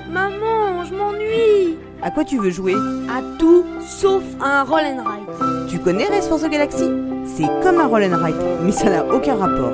Maman, je m'ennuie. À quoi tu veux jouer? À tout sauf à un roll and ride. Tu connais Race for the Galaxy? C'est comme un roll and ride, mais ça n'a aucun rapport.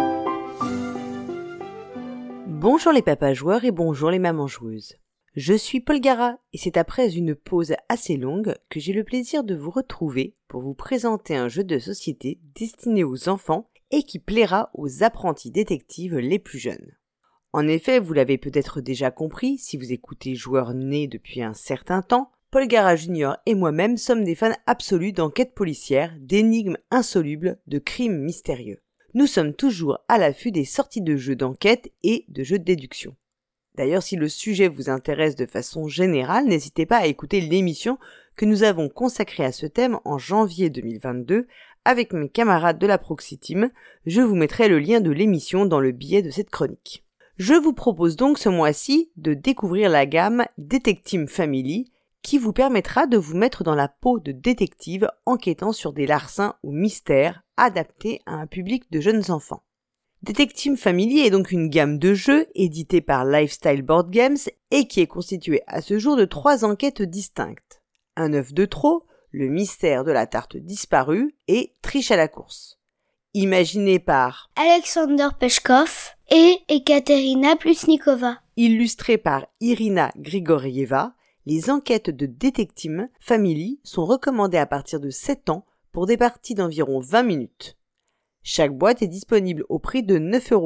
Bonjour les papas joueurs et bonjour les mamans joueuses. Je suis Paul Gara et c'est après une pause assez longue que j'ai le plaisir de vous retrouver pour vous présenter un jeu de société destiné aux enfants et qui plaira aux apprentis détectives les plus jeunes. En effet, vous l'avez peut-être déjà compris, si vous écoutez Joueurs nés depuis un certain temps, Paul Gara Junior et moi-même sommes des fans absolus d'enquêtes policières, d'énigmes insolubles, de crimes mystérieux. Nous sommes toujours à l'affût des sorties de jeux d'enquête et de jeux de déduction. D'ailleurs, si le sujet vous intéresse de façon générale, n'hésitez pas à écouter l'émission que nous avons consacrée à ce thème en janvier 2022 avec mes camarades de la Proxy Team. Je vous mettrai le lien de l'émission dans le billet de cette chronique. Je vous propose donc ce mois-ci de découvrir la gamme Detective Family qui vous permettra de vous mettre dans la peau de détective enquêtant sur des larcins ou mystères adaptés à un public de jeunes enfants. Detective Family est donc une gamme de jeux éditée par Lifestyle Board Games et qui est constituée à ce jour de 3 enquêtes distinctes. Un œuf de trop, le mystère de la tarte disparue et Triche à la course. Imaginé par Alexander Peshkov et Ekaterina Plusnikova. Illustré par Irina Grigorieva, les enquêtes de Detective Family sont recommandées à partir de 7 ans pour des parties d'environ 20 minutes. Chaque boîte est disponible au prix de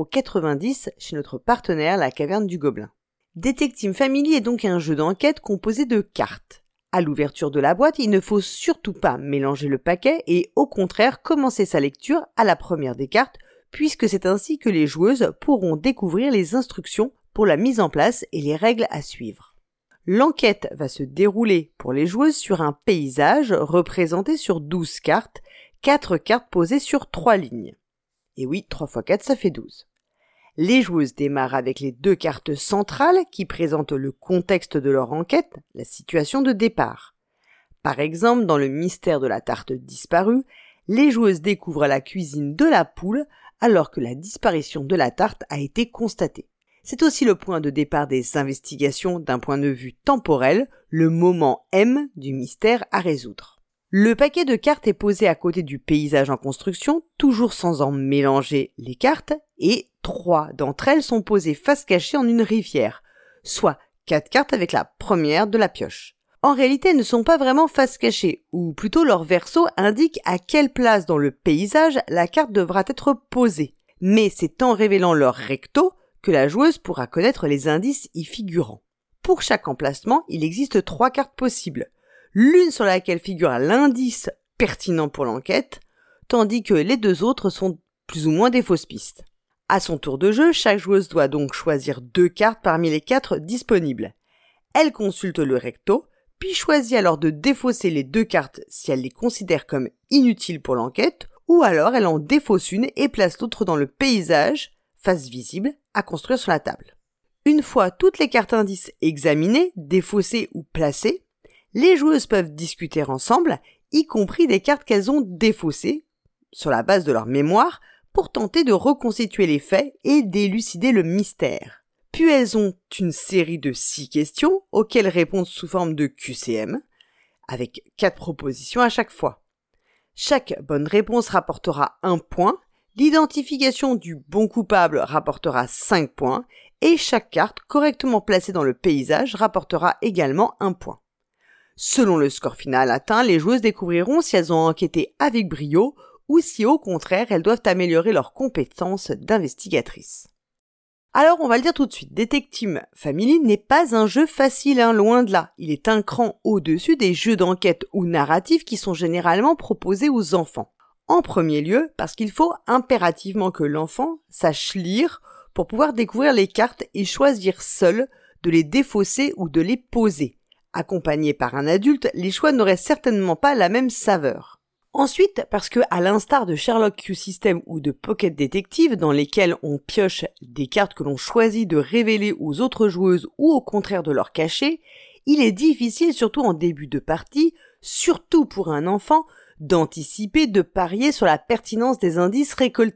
9,90€ chez notre partenaire La Caverne du Gobelin. Detective Family est donc un jeu d'enquête composé de cartes. À l'ouverture de la boîte, il ne faut surtout pas mélanger le paquet et au contraire commencer sa lecture à la première des cartes puisque c'est ainsi que les joueuses pourront découvrir les instructions pour la mise en place et les règles à suivre. L'enquête va se dérouler pour les joueuses sur un paysage représenté sur 12 cartes, 4 cartes posées sur 3 lignes. Et oui, 3 x 4 ça fait 12. Les joueuses démarrent avec les 2 cartes centrales qui présentent le contexte de leur enquête, la situation de départ. Par exemple, dans le mystère de la tarte disparue, les joueuses découvrent la cuisine de la poule alors que la disparition de la tarte a été constatée. C'est aussi le point de départ des investigations d'un point de vue temporel, le moment M du mystère à résoudre. Le paquet de cartes est posé à côté du paysage en construction, toujours sans en mélanger les cartes, et 3 d'entre elles sont posées face cachée en une rivière, soit 4 cartes avec la première de la pioche. En réalité, elles ne sont pas vraiment face cachée, ou plutôt leur verso indique à quelle place dans le paysage la carte devra être posée. Mais c'est en révélant leur recto que la joueuse pourra connaître les indices y figurant. Pour chaque emplacement, il existe 3 cartes possibles. L'une sur laquelle figure l'indice pertinent pour l'enquête, tandis que les 2 autres sont plus ou moins des fausses pistes. À son tour de jeu, chaque joueuse doit donc choisir 2 cartes parmi les 4 disponibles. Elle consulte le recto, puis choisit alors de défausser les 2 cartes si elle les considère comme inutiles pour l'enquête, ou alors elle en défausse une et place l'autre dans le paysage, face visible, à construire sur la table. Une fois toutes les cartes indices examinées, défaussées ou placées, les joueuses peuvent discuter ensemble, y compris des cartes qu'elles ont défaussées, sur la base de leur mémoire, pour tenter de reconstituer les faits et d'élucider le mystère. Puis elles ont une série de 6 questions, auxquelles répondent sous forme de QCM, avec 4 propositions à chaque fois. Chaque bonne réponse rapportera 1 point, l'identification du bon coupable rapportera 5 points, et chaque carte correctement placée dans le paysage rapportera également 1 point. Selon le score final atteint, les joueuses découvriront si elles ont enquêté avec brio ou si au contraire elles doivent améliorer leurs compétences d'investigatrice. Alors on va le dire tout de suite, Detective Family n'est pas un jeu facile, loin de là. Il est un cran au-dessus des jeux d'enquête ou narratifs qui sont généralement proposés aux enfants. En premier lieu, parce qu'il faut impérativement que l'enfant sache lire pour pouvoir découvrir les cartes et choisir seul de les défausser ou de les poser. Accompagné par un adulte, les choix n'auraient certainement pas la même saveur. Ensuite, parce que, à l'instar de Sherlock Q-System ou de Pocket Detective, dans lesquels on pioche des cartes que l'on choisit de révéler aux autres joueuses ou au contraire de leur cacher, il est difficile, surtout en début de partie, surtout pour un enfant, d'anticiper, de parier sur la pertinence des indices récoltés.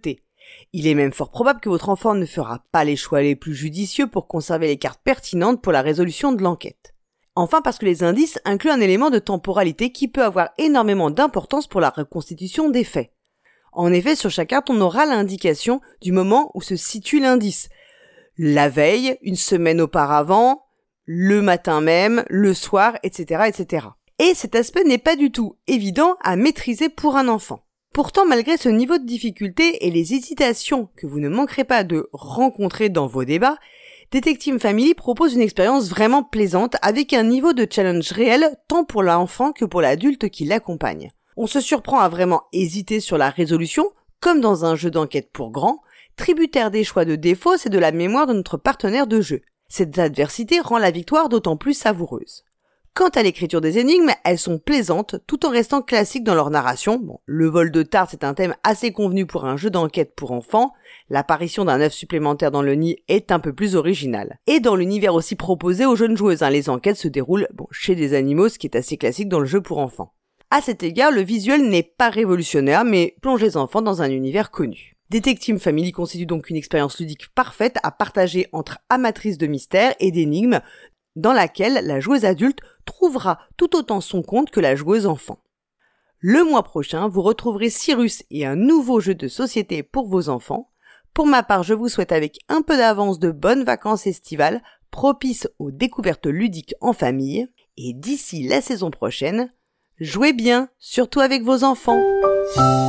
Il est même fort probable que votre enfant ne fera pas les choix les plus judicieux pour conserver les cartes pertinentes pour la résolution de l'enquête. Enfin, parce que les indices incluent un élément de temporalité qui peut avoir énormément d'importance pour la reconstitution des faits. En effet, sur chaque carte, on aura l'indication du moment où se situe l'indice. La veille, une semaine auparavant, le matin même, le soir, etc., etc. Et cet aspect n'est pas du tout évident à maîtriser pour un enfant. Pourtant, malgré ce niveau de difficulté et les hésitations que vous ne manquerez pas de rencontrer dans vos débats, Detective Family propose une expérience vraiment plaisante avec un niveau de challenge réel tant pour l'enfant que pour l'adulte qui l'accompagne. On se surprend à vraiment hésiter sur la résolution, comme dans un jeu d'enquête pour grands, tributaire des choix de défauts et de la mémoire de notre partenaire de jeu. Cette adversité rend la victoire d'autant plus savoureuse. Quant à l'écriture des énigmes, elles sont plaisantes tout en restant classiques dans leur narration. Bon, le vol de tarte c'est un thème assez convenu pour un jeu d'enquête pour enfants. L'apparition d'un œuf supplémentaire dans le nid est un peu plus originale. Et dans l'univers aussi proposé aux jeunes joueuses, les enquêtes se déroulent chez des animaux, ce qui est assez classique dans le jeu pour enfants. À cet égard, le visuel n'est pas révolutionnaire, mais plonge les enfants dans un univers connu. Detective Family constitue donc une expérience ludique parfaite à partager entre amatrices de mystères et d'énigmes, dans laquelle la joueuse adulte trouvera tout autant son compte que la joueuse enfant. Le mois prochain, vous retrouverez Cyrus et un nouveau jeu de société pour vos enfants. Pour ma part, je vous souhaite avec un peu d'avance de bonnes vacances estivales, propices aux découvertes ludiques en famille. Et d'ici la saison prochaine, jouez bien, surtout avec vos enfants.